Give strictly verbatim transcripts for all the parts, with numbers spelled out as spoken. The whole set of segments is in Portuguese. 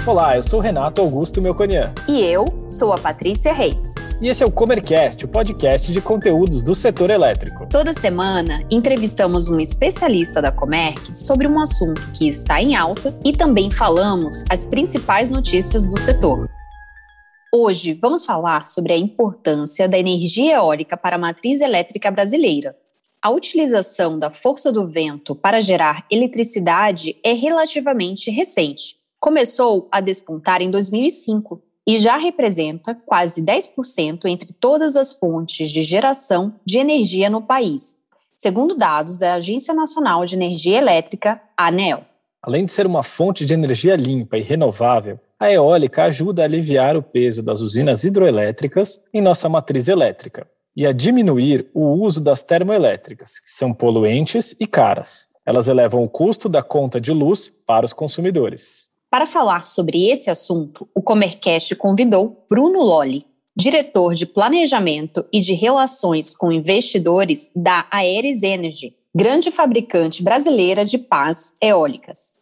Olá, eu sou o Renato Augusto Melconian. E eu sou a Patrícia Reis. E esse é o Comercast, o podcast de conteúdos do setor elétrico. Toda semana, entrevistamos um especialista da Comerc sobre um assunto que está em alta e também falamos as principais notícias do setor. Hoje, vamos falar sobre a importância da energia eólica para a matriz elétrica brasileira. A utilização da força do vento para gerar eletricidade é relativamente recente. Começou a despontar em dois mil e cinco e já representa quase dez por cento entre todas as fontes de geração de energia no país, segundo dados da Agência Nacional de Energia Elétrica, ANEEL. Além de ser uma fonte de energia limpa e renovável, a eólica ajuda a aliviar o peso das usinas hidroelétricas em nossa matriz elétrica e a diminuir o uso das termoelétricas, que são poluentes e caras. Elas elevam o custo da conta de luz para os consumidores. Para falar sobre esse assunto, o Comercast convidou Bruno Lolli, diretor de Planejamento e de Relações com Investidores da Aeris Energy, grande fabricante brasileira de pás eólicas.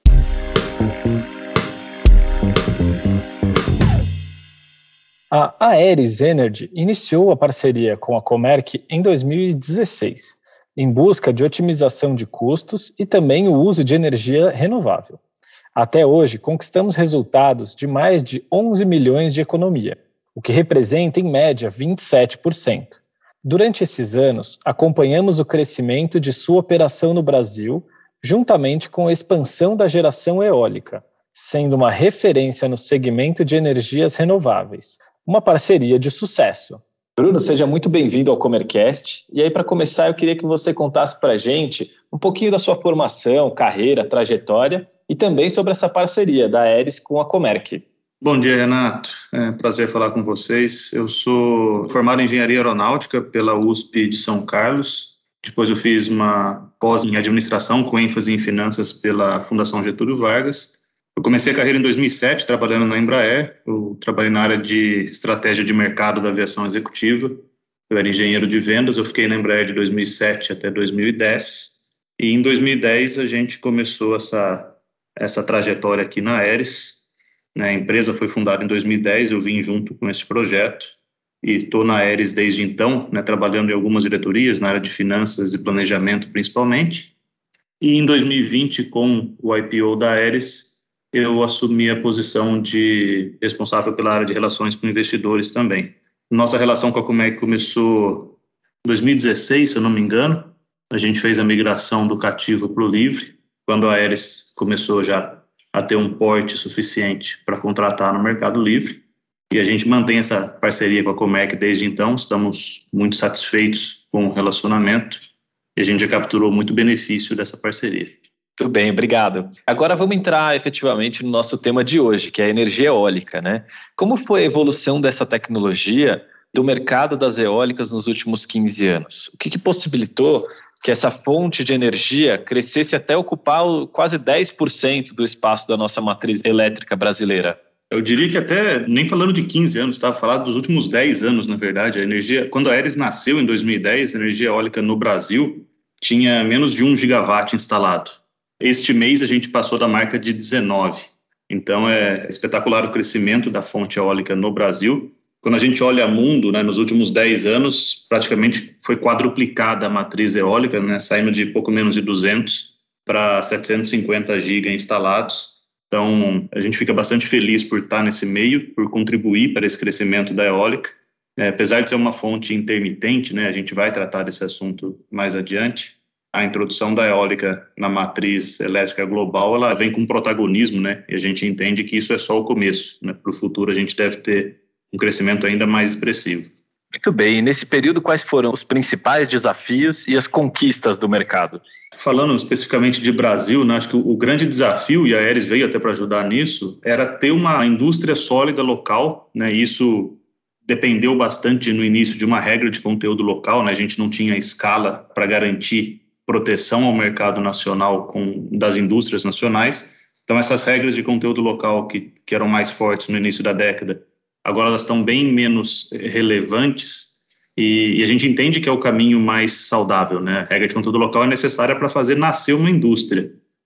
A Aeris Energy iniciou a parceria com a Comerc em dois mil e dezesseis, em busca de otimização de custos e também o uso de energia renovável. Até hoje, conquistamos resultados de mais de onze milhões de economia, o que representa, em média, vinte e sete por cento. Durante esses anos, acompanhamos o crescimento de sua operação no Brasil, juntamente com a expansão da geração eólica, sendo uma referência no segmento de energias renováveis. Uma parceria de sucesso. Bruno, seja muito bem-vindo ao Comercast. E aí, para começar, eu queria que você contasse para a gente um pouquinho da sua formação, carreira, trajetória e também sobre essa parceria da Aeris com a Comerc. Bom dia, Renato. É um prazer falar com vocês. Eu sou formado em Engenharia Aeronáutica pela U S P de São Carlos. Depois eu fiz uma pós em Administração com ênfase em Finanças pela Fundação Getúlio Vargas. Eu comecei a carreira em dois mil e sete trabalhando na Embraer. Eu trabalhei na área de estratégia de mercado da aviação executiva. Eu era engenheiro de vendas. Eu fiquei na Embraer de dois mil e sete até dois mil e dez. E em dois mil e dez a gente começou essa essa trajetória aqui na Aeris. A empresa foi fundada em dois mil e dez, eu vim junto com esse projeto e estou na Aeris desde então, né, trabalhando em algumas diretorias, na área de finanças e planejamento principalmente. E em dois mil e vinte, com o I P O da Aeris, eu assumi a posição de responsável pela área de relações com investidores também. Nossa relação com a Comerc começou em dois mil e dezesseis, se eu não me engano. A gente fez a migração do cativo para o livre, quando a Aeris começou já a ter um porte suficiente para contratar no Mercado Livre. E a gente mantém essa parceria com a Comerc desde então, estamos muito satisfeitos com o relacionamento e a gente já capturou muito benefício dessa parceria. Muito bem, obrigado. Agora vamos entrar efetivamente no nosso tema de hoje, que é a energia eólica, né? Como foi a evolução dessa tecnologia do mercado das eólicas nos últimos quinze anos? O que, que possibilitou que essa fonte de energia crescesse até ocupar quase dez por cento do espaço da nossa matriz elétrica brasileira? Eu diria que até, nem falando de quinze anos, estava falando dos últimos dez anos, na verdade. A energia, quando a Aeris nasceu em dois mil e dez, a energia eólica no Brasil tinha menos de um gigawatt instalado. Este mês a gente passou da marca de dezenove. Então é espetacular o crescimento da fonte eólica no Brasil. Quando a gente olha mundo, né, nos últimos dez anos, praticamente foi quadruplicada a matriz eólica, né, saindo de pouco menos de duzentos para setecentos e cinquenta gigas instalados. Então, a gente fica bastante feliz por estar nesse meio, por contribuir para esse crescimento da eólica. É, apesar de ser uma fonte intermitente, né, a gente vai tratar desse assunto mais adiante. A introdução da eólica na matriz elétrica global, ela vem com protagonismo, né, e a gente entende que isso é só o começo, né. Para o futuro, a gente deve ter um crescimento ainda mais expressivo. Muito bem. E nesse período, quais foram os principais desafios e as conquistas do mercado? Falando especificamente de Brasil, né, acho que o, o grande desafio, e a Aeris veio até para ajudar nisso, era ter uma indústria sólida local, né, isso dependeu bastante no início de uma regra de conteúdo local, né, a gente não tinha escala para garantir proteção ao mercado nacional com, das indústrias nacionais. Então, essas regras de conteúdo local que, que eram mais fortes no início da década, agora elas estão bem menos relevantes e, e a gente entende que é o caminho mais saudável, né? A regra de conteúdo local é necessária para fazer nascer uma indústria,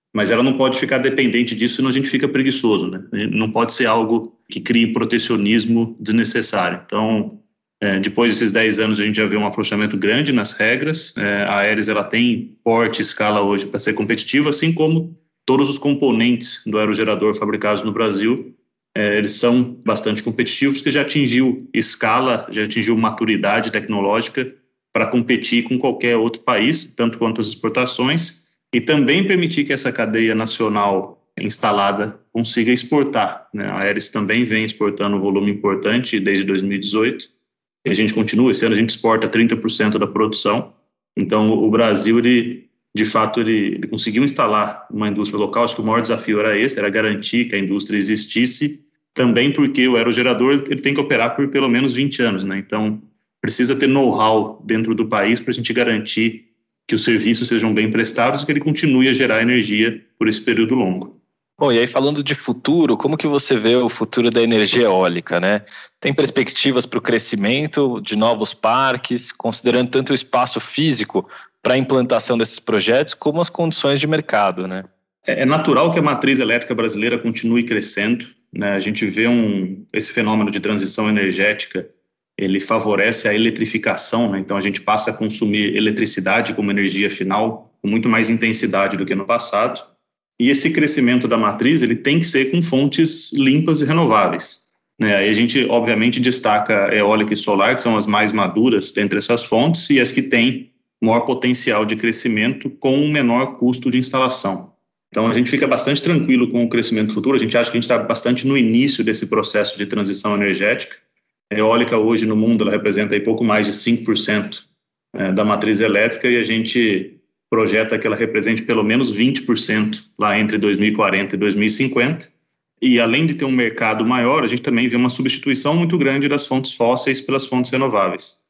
mas ela não pode ficar dependente disso, senão a gente fica preguiçoso, né? Não pode ser algo que crie protecionismo desnecessário. Então, é, depois desses dez anos, a gente já vê um afrouxamento grande nas regras. É, a Aeris ela tem porte e escala hoje para ser competitiva, assim como todos os componentes do aerogerador fabricados no Brasil, é, eles são bastante competitivos, porque já atingiu escala, já atingiu maturidade tecnológica para competir com qualquer outro país, tanto quanto as exportações, e também permitir que essa cadeia nacional instalada consiga exportar, né? A Aeris também vem exportando um volume importante desde dois mil e dezoito, e a gente continua, esse ano a gente exporta trinta por cento da produção. Então o Brasil, ele, de fato, ele, ele conseguiu instalar uma indústria local. Acho que o maior desafio era esse, era garantir que a indústria existisse, também porque o aerogerador ele tem que operar por pelo menos vinte anos, né? Então precisa ter know-how dentro do país para a gente garantir que os serviços sejam bem prestados e que ele continue a gerar energia por esse período longo. Bom, e aí falando de futuro, como que você vê o futuro da energia eólica, né? Tem perspectivas para o crescimento de novos parques, considerando tanto o espaço físico para a implantação desses projetos, como as condições de mercado, né? É natural que a matriz elétrica brasileira continue crescendo, né? A gente vê um, esse fenômeno de transição energética, ele favorece a eletrificação, né? Então a gente passa a consumir eletricidade como energia final com muito mais intensidade do que no passado. E esse crescimento da matriz ele tem que ser com fontes limpas e renováveis, né? Aí a gente, obviamente, destaca eólica e solar, que são as mais maduras dentre essas fontes e as que têm maior potencial de crescimento com um menor custo de instalação. Então a gente fica bastante tranquilo com o crescimento futuro. A gente acha que a gente está bastante no início desse processo de transição energética. A eólica hoje no mundo ela representa aí pouco mais de cinco por cento da matriz elétrica e a gente projeta que ela represente pelo menos vinte por cento lá entre dois mil e quarenta e dois mil e cinquenta. E além de ter um mercado maior, a gente também vê uma substituição muito grande das fontes fósseis pelas fontes renováveis.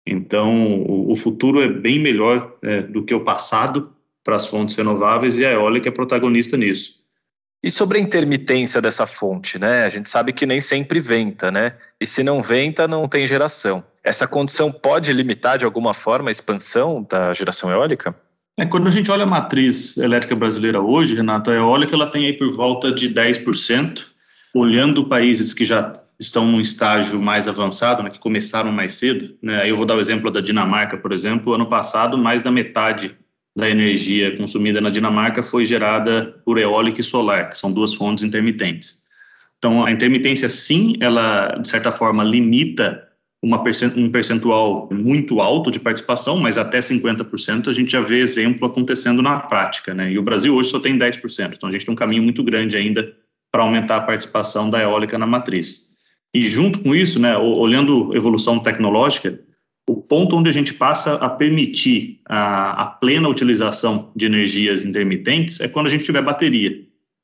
Então, o, o futuro é bem melhor é, do que o passado para as fontes renováveis e a eólica é protagonista nisso. E sobre a intermitência dessa fonte, né? A gente sabe que nem sempre venta, né? E se não venta, não tem geração. Essa condição pode limitar de alguma forma a expansão da geração eólica? É, quando a gente olha a matriz elétrica brasileira hoje, Renato, a eólica ela tem aí por volta de dez por cento. Olhando países que já estão num estágio mais avançado, né, que começaram mais cedo, né? Aí eu vou dar o exemplo da Dinamarca, por exemplo. Ano passado, mais da metade da energia consumida na Dinamarca foi gerada por eólica e solar, que são duas fontes intermitentes. Então, a intermitência, sim, ela, de certa forma, limita uma percent- um percentual muito alto de participação, mas até cinquenta por cento a gente já vê exemplo acontecendo na prática, né? E o Brasil hoje só tem dez por cento, então a gente tem um caminho muito grande ainda para aumentar a participação da eólica na matriz. E junto com isso, né, olhando a evolução tecnológica, o ponto onde a gente passa a permitir a, a plena utilização de energias intermitentes é quando a gente tiver bateria.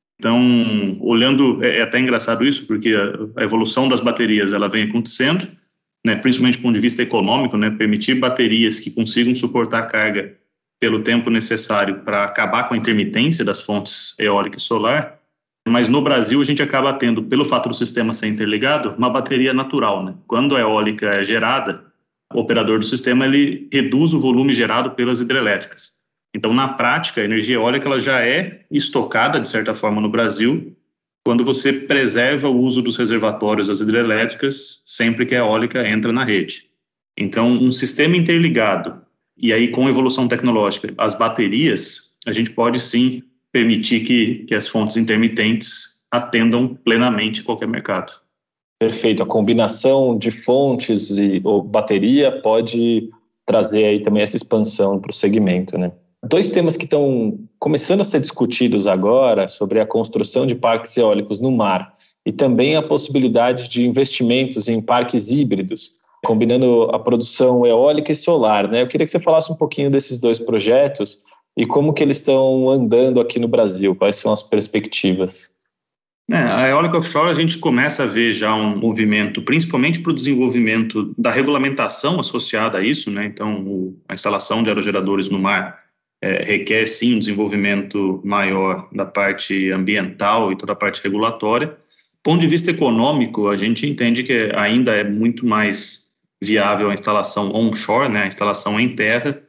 Então, olhando, é, é até engraçado isso, porque a, a evolução das baterias ela vem acontecendo, né, principalmente do ponto de vista econômico, né, permitir baterias que consigam suportar a carga pelo tempo necessário para acabar com a intermitência das fontes eólica e solar. Mas no Brasil a gente acaba tendo, pelo fato do sistema ser interligado, uma bateria natural, né? Quando a eólica é gerada, o operador do sistema ele reduz o volume gerado pelas hidrelétricas. Então, na prática, a energia eólica ela já é estocada, de certa forma, no Brasil, quando você preserva o uso dos reservatórios das hidrelétricas sempre que a eólica entra na rede. Então, um sistema interligado, e aí com evolução tecnológica, as baterias, a gente pode sim permitir que, que as fontes intermitentes atendam plenamente qualquer mercado. Perfeito. A combinação de fontes e ou bateria pode trazer aí também essa expansão para o segmento, né? Dois temas que estão começando a ser discutidos agora sobre a construção de parques eólicos no mar e também a possibilidade de investimentos em parques híbridos, combinando a produção eólica e solar, né? Eu queria que você falasse um pouquinho desses dois projetos e como que eles estão andando aqui no Brasil, quais são as perspectivas? É, a eólica offshore a gente começa a ver já um movimento, principalmente para o desenvolvimento da regulamentação associada a isso, né? Então, o, a instalação de aerogeradores no mar é, requer sim um desenvolvimento maior da parte ambiental e toda a parte regulatória. Do ponto de vista econômico, a gente entende que ainda é muito mais viável a instalação onshore, né? A instalação em terra.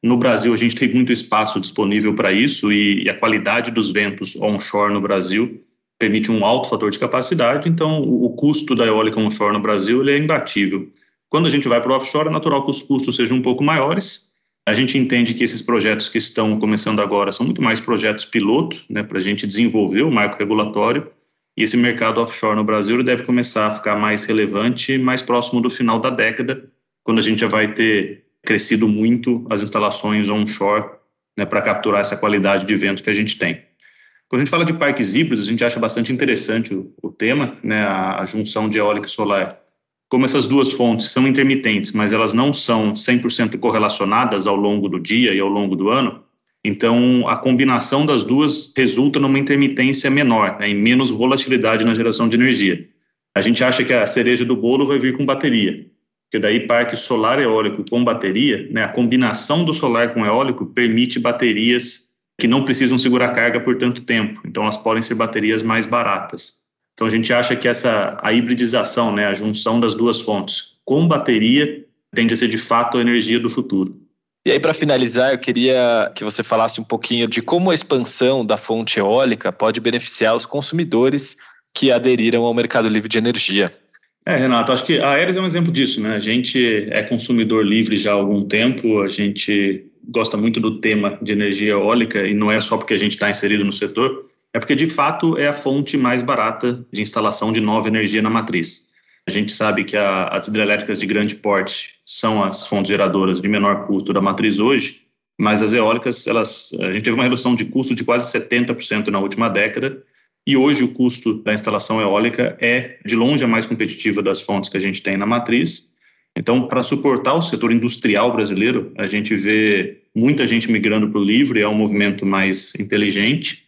No Brasil, a gente tem muito espaço disponível para isso e, e a qualidade dos ventos onshore no Brasil permite um alto fator de capacidade, então o, o custo da eólica onshore no Brasil ele é imbatível. Quando a gente vai para o offshore, é natural que os custos sejam um pouco maiores. A gente entende que esses projetos que estão começando agora são muito mais projetos piloto, né, para a gente desenvolver o marco regulatório, e esse mercado offshore no Brasil deve começar a ficar mais relevante mais próximo do final da década, quando a gente já vai ter crescido muito as instalações onshore, né, para capturar essa qualidade de vento que a gente tem. Quando a gente fala de parques híbridos, a gente acha bastante interessante o, o tema, né, a, a junção de eólica e solar. Como essas duas fontes são intermitentes, mas elas não são cem por cento correlacionadas ao longo do dia e ao longo do ano, então a combinação das duas resulta numa intermitência menor, né, em menos volatilidade na geração de energia. A gente acha que a cereja do bolo vai vir com bateria, porque daí parque solar eólico com bateria, né, a combinação do solar com eólico permite baterias que não precisam segurar carga por tanto tempo, então elas podem ser baterias mais baratas. Então a gente acha que essa a hibridização, né, a junção das duas fontes com bateria tende a ser de fato a energia do futuro. E aí, para finalizar, eu queria que você falasse um pouquinho de como a expansão da fonte eólica pode beneficiar os consumidores que aderiram ao mercado livre de energia. É, Renato, acho que a Aeris é um exemplo disso, né? A gente é consumidor livre já há algum tempo, a gente gosta muito do tema de energia eólica e não é só porque a gente está inserido no setor, é porque de fato é a fonte mais barata de instalação de nova energia na matriz. A gente sabe que a, as hidrelétricas de grande porte são as fontes geradoras de menor custo da matriz hoje, mas as eólicas, elas, a gente teve uma redução de custo de quase setenta por cento na última década, e hoje o custo da instalação eólica é, de longe, a mais competitiva das fontes que a gente tem na matriz. Então, para suportar o setor industrial brasileiro, a gente vê muita gente migrando para o livre, é um movimento mais inteligente,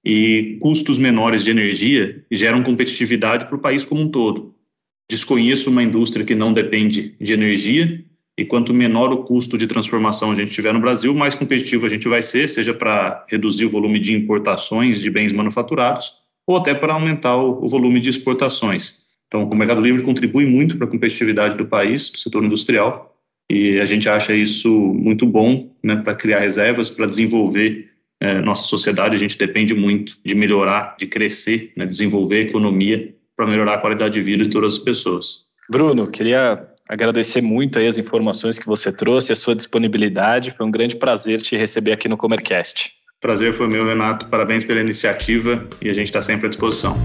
e custos menores de energia geram competitividade para o país como um todo. Desconheço uma indústria que não depende de energia, e quanto menor o custo de transformação a gente tiver no Brasil, mais competitivo a gente vai ser, seja para reduzir o volume de importações de bens manufaturados, ou até para aumentar o, o volume de exportações. Então, o Mercado Livre contribui muito para a competitividade do país, do setor industrial, e a gente acha isso muito bom, né, para criar reservas, para desenvolver eh, nossa sociedade. A gente depende muito de melhorar, de crescer, né, desenvolver a economia para melhorar a qualidade de vida de todas as pessoas. Bruno, queria agradecer muito aí as informações que você trouxe, a sua disponibilidade. Foi um grande prazer te receber aqui no Comercast. Prazer foi meu, Renato. Parabéns pela iniciativa e a gente está sempre à disposição.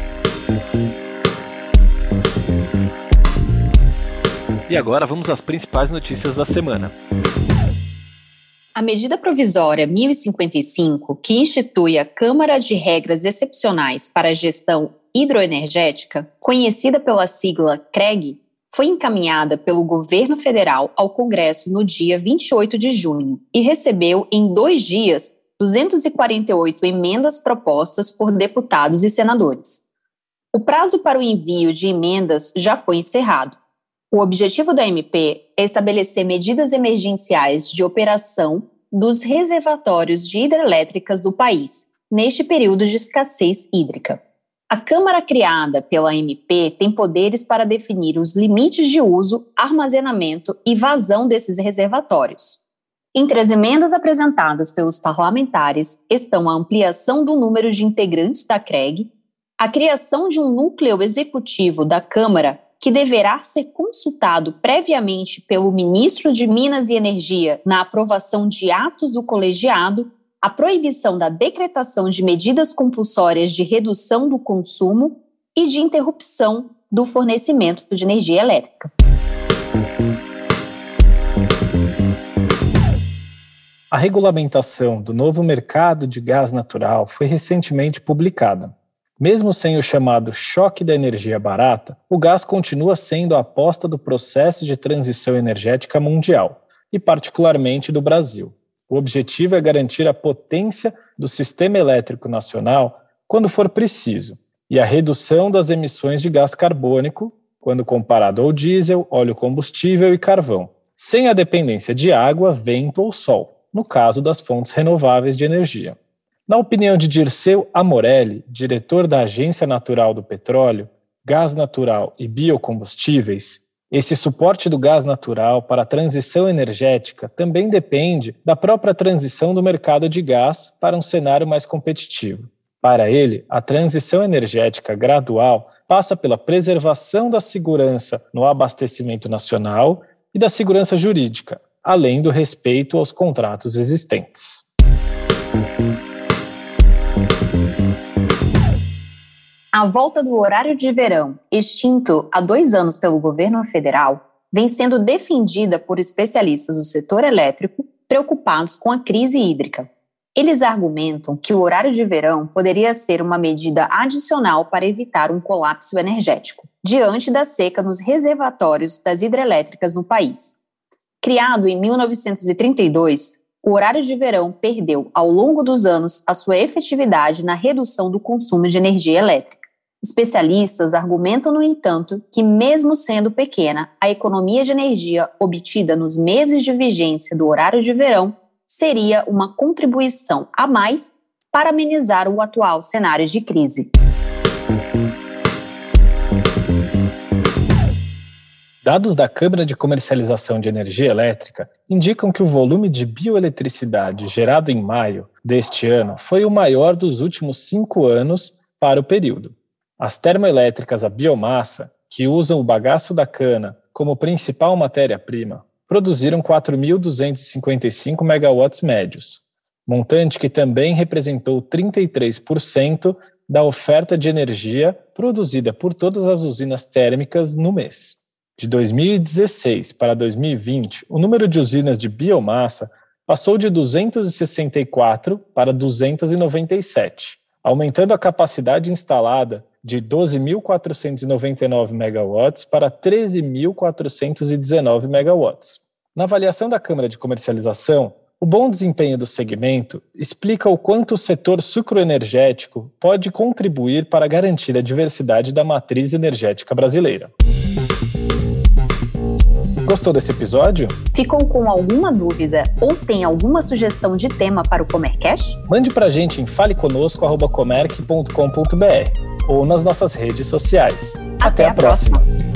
E agora vamos às principais notícias da semana. A medida provisória mil e cinquenta e cinco, que institui a Câmara de Regras Excepcionais para a Gestão Hidroenergética, conhecida pela sigla C R E G, foi encaminhada pelo governo federal ao Congresso no dia vinte e oito de junho e recebeu em dois dias duzentas e quarenta e oito emendas propostas por deputados e senadores. O prazo para o envio de emendas já foi encerrado. O objetivo da M P é estabelecer medidas emergenciais de operação dos reservatórios de hidrelétricas do país, neste período de escassez hídrica. A Câmara criada pela M P tem poderes para definir os limites de uso, armazenamento e vazão desses reservatórios. Entre as emendas apresentadas pelos parlamentares estão a ampliação do número de integrantes da C R E G, a criação de um núcleo executivo da Câmara que deverá ser consultado previamente pelo ministro de Minas e Energia na aprovação de atos do colegiado, a proibição da decretação de medidas compulsórias de redução do consumo e de interrupção do fornecimento de energia elétrica. A regulamentação do novo mercado de gás natural foi recentemente publicada. Mesmo sem o chamado choque da energia barata, o gás continua sendo a aposta do processo de transição energética mundial, e particularmente do Brasil. O objetivo é garantir a potência do sistema elétrico nacional quando for preciso, e a redução das emissões de gás carbônico, quando comparado ao diesel, óleo combustível e carvão, sem a dependência de água, vento ou sol, no caso das fontes renováveis de energia. Na opinião de Dirceu Amorelli, diretor da Agência Natural do Petróleo, Gás Natural e Biocombustíveis, Esse suporte do gás natural para a transição energética também depende da própria transição do mercado de gás para um cenário mais competitivo. Para ele, a transição energética gradual passa pela preservação da segurança no abastecimento nacional e da segurança jurídica, além do respeito aos contratos existentes. A volta do horário de verão, extinto há dois anos pelo governo federal, vem sendo defendida por especialistas do setor elétrico preocupados com a crise hídrica. Eles argumentam que o horário de verão poderia ser uma medida adicional para evitar um colapso energético, diante da seca nos reservatórios das hidrelétricas no país. Criado em mil novecentos e trinta e dois, o horário de verão perdeu, ao longo dos anos, a sua efetividade na redução do consumo de energia elétrica. Especialistas argumentam, no entanto, que mesmo sendo pequena, a economia de energia obtida nos meses de vigência do horário de verão seria uma contribuição a mais para amenizar o atual cenário de crise. Dados da Câmara de Comercialização de Energia Elétrica indicam que o volume de bioeletricidade gerado em maio deste ano foi o maior dos últimos cinco anos para o período. As termoelétricas a biomassa, que usam o bagaço da cana como principal matéria-prima, produziram quatro mil duzentos e cinquenta e cinco megawatts médios, montante que também representou trinta e três por cento da oferta de energia produzida por todas as usinas térmicas no mês. De dois mil e dezesseis para dois mil e vinte, o número de usinas de biomassa passou de duzentas e sessenta e quatro para duzentas e noventa e sete, aumentando a capacidade instalada de doze mil quatrocentos e noventa e nove megawatts para treze mil quatrocentos e dezenove megawatts. Na avaliação da Câmara de Comercialização, o bom desempenho do segmento explica o quanto o setor sucroenergético pode contribuir para garantir a diversidade da matriz energética brasileira. Gostou desse episódio? Ficou com alguma dúvida ou tem alguma sugestão de tema para o Comercast? Mande pra gente em faleconosco arroba comerc ponto com ponto b r ou nas nossas redes sociais. Até, Até a próxima. próxima.